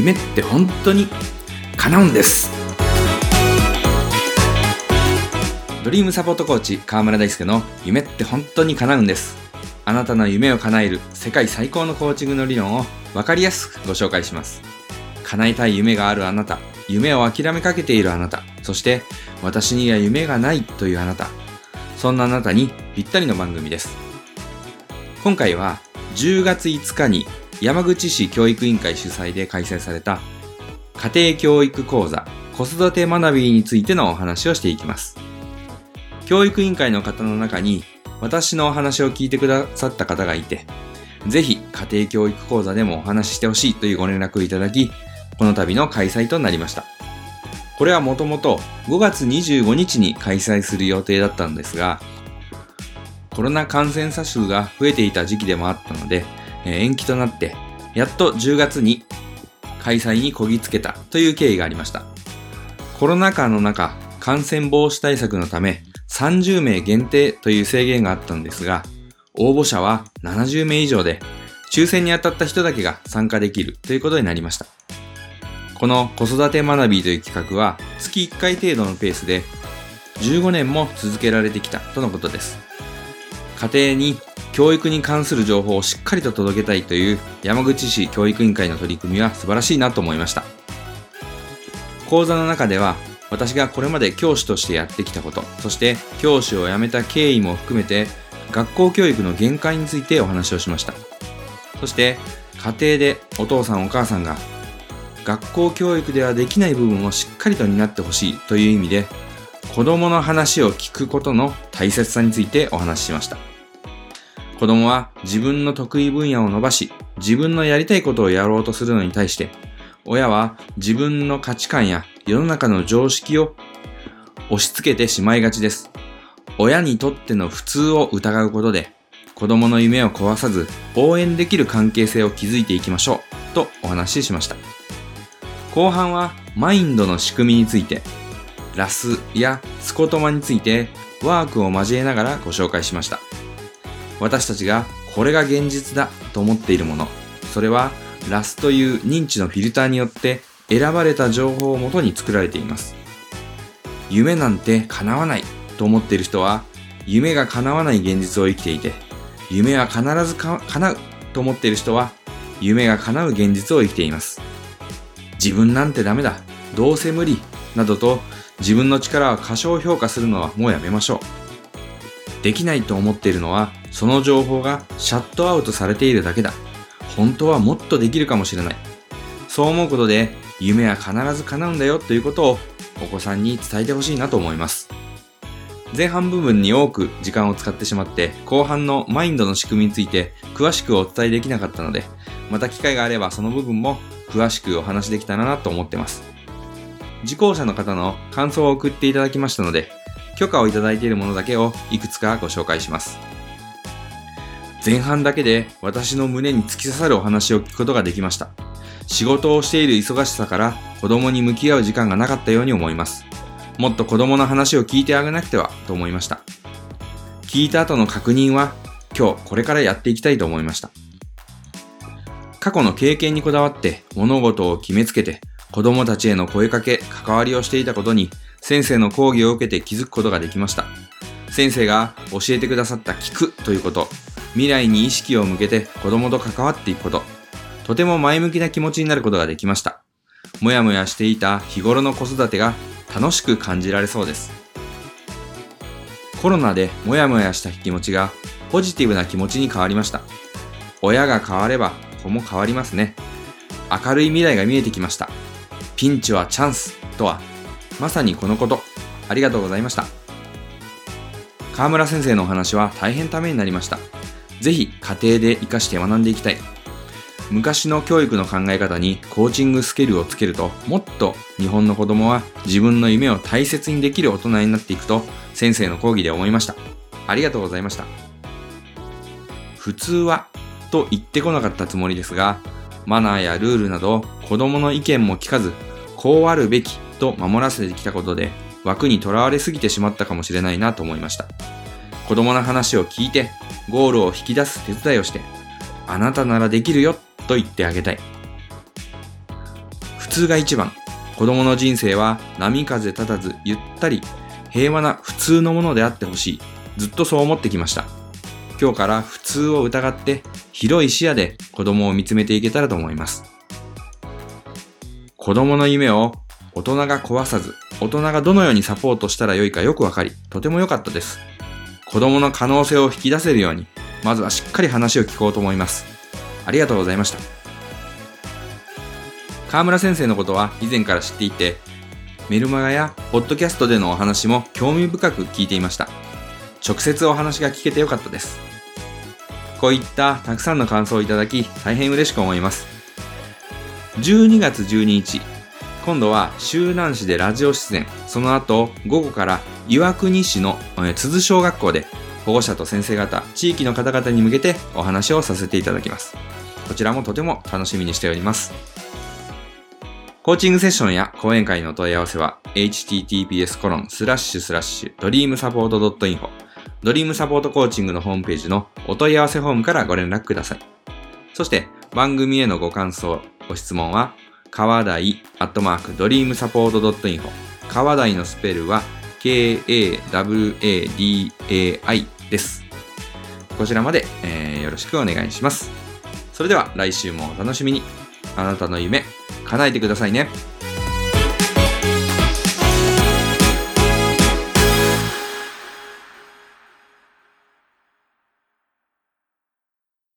夢って本当に叶うんです。ドリームサポートコーチ川村大輔の夢って本当に叶うんです。あなたの夢を叶える世界最高のコーチングの理論を分かりやすくご紹介します。叶えたい夢があるあなた、夢を諦めかけているあなた、そして私には夢がないというあなた、そんなあなたにぴったりの番組です。今回は10月5日に山口市教育委員会主催で開催された家庭教育講座子育て学びについてのお話をしていきます。教育委員会の方の中に私のお話を聞いてくださった方がいて、ぜひ家庭教育講座でもお話ししてほしいというご連絡をいただき、この度の開催となりました。これはもともと5月25日に開催する予定だったんですが、コロナ感染者数が増えていた時期でもあったので、延期となって、やっと10月に開催にこぎつけたという経緯がありました。コロナ禍の中、感染防止対策のため30名限定という制限があったんですが、応募者は70名以上で、抽選に当たった人だけが参加できるということになりました。この子育て学びという企画は月1回程度のペースで15年も続けられてきたとのことです。家庭に教育に関する情報をしっかりと届けたいという山口市教育委員会の取り組みは素晴らしいなと思いました。講座の中では私がこれまで教師としてやってきたこと、そして教師を辞めた経緯も含めて学校教育の限界についてお話をしました。そして家庭でお父さんお母さんが学校教育ではできない部分をしっかりと担ってほしいという意味で、子供の話を聞くことの大切さについてお話ししました。子供は自分の得意分野を伸ばし、自分のやりたいことをやろうとするのに対して、親は自分の価値観や世の中の常識を押し付けてしまいがちです。親にとっての普通を疑うことで、子供の夢を壊さず応援できる関係性を築いていきましょうとお話ししました。後半はマインドの仕組みについて、ラスやスコトマについてワークを交えながらご紹介しました。私たちがこれが現実だと思っているもの、それはラスという認知のフィルターによって選ばれた情報をもとに作られています。夢なんて叶わないと思っている人は、夢が叶わない現実を生きていて、夢は必ず叶うと思っている人は、夢が叶う現実を生きています。自分なんてダメだ、どうせ無理などと自分の力を過小評価するのはもうやめましょう。できないと思っているのは、その情報がシャットアウトされているだけだ。本当はもっとできるかもしれない。そう思うことで、夢は必ず叶うんだよということをお子さんに伝えてほしいなと思います。前半部分に多く時間を使ってしまって、後半のマインドの仕組みについて詳しくお伝えできなかったので、また機会があればその部分も詳しくお話できたらなと思っています。受講者の方の感想を送っていただきましたので、許可をいただいているものだけをいくつかご紹介します。前半だけで私の胸に突き刺さるお話を聞くことができました。仕事をしている忙しさから子供に向き合う時間がなかったように思います。もっと子供の話を聞いてあげなくてはと思いました。聞いた後の確認は今日これからやっていきたいと思いました。過去の経験にこだわって物事を決めつけて子供たちへの声かけ、関わりをしていたことに先生の講義を受けて気づくことができました。先生が教えてくださった聞くということ、未来に意識を向けて子供と関わっていくこと、とても前向きな気持ちになることができました。もやもやしていた日頃の子育てが楽しく感じられそうです。コロナでもやもやした気持ちがポジティブな気持ちに変わりました。親が変われば子も変わりますね。明るい未来が見えてきました。ピンチはチャンスとはまさにこのこと。ありがとうございました。川村先生のお話は大変ためになりました。ぜひ家庭で活かして学んでいきたい。昔の教育の考え方にコーチングスキルをつけると、もっと日本の子供は自分の夢を大切にできる大人になっていくと先生の講義で思いました。ありがとうございました。普通はと言ってこなかったつもりですが、マナーやルールなど子供の意見も聞かず、こうあるべきと守らせてきたことで枠にとらわれすぎてしまったかもしれないなと思いました。子供の話を聞いてゴールを引き出す手伝いをして、あなたならできるよと言ってあげたい。 通が一番。子供の人生は波風立たずゆったり平和な普通のものであってほしい。ずっとそう思ってきました。今日から普通を疑って広い視野で子供を見つめていけたらと思います。子供の夢を大人が壊さず、大人がどのようにサポートしたらよいかよくわかり、とても良かったです。子供の可能性を引き出せるように、まずはしっかり話を聞こうと思います。ありがとうございました。川村先生のことは以前から知っていて、メルマガやポッドキャストでのお話も興味深く聞いていました。直接お話が聞けてよかったです。こういったたくさんの感想をいただき、大変嬉しく思います。12月12日、今度は周南市でラジオ出演、その後午後から岩国市の津々小学校で保護者と先生方、地域の方々に向けてお話をさせていただきます。こちらもとても楽しみにしております。コーチングセッションや講演会のお問い合わせは https://dreamsupport.info ドリームサポートコーチングのホームページのお問い合わせフォームからご連絡ください。そして番組へのご感想、ご質問は川台@dreamsupport.info 川台のスペルは KAWADAI です。こちらまで、よろしくお願いします。それでは来週もお楽しみに。あなたの夢叶えてくださいね。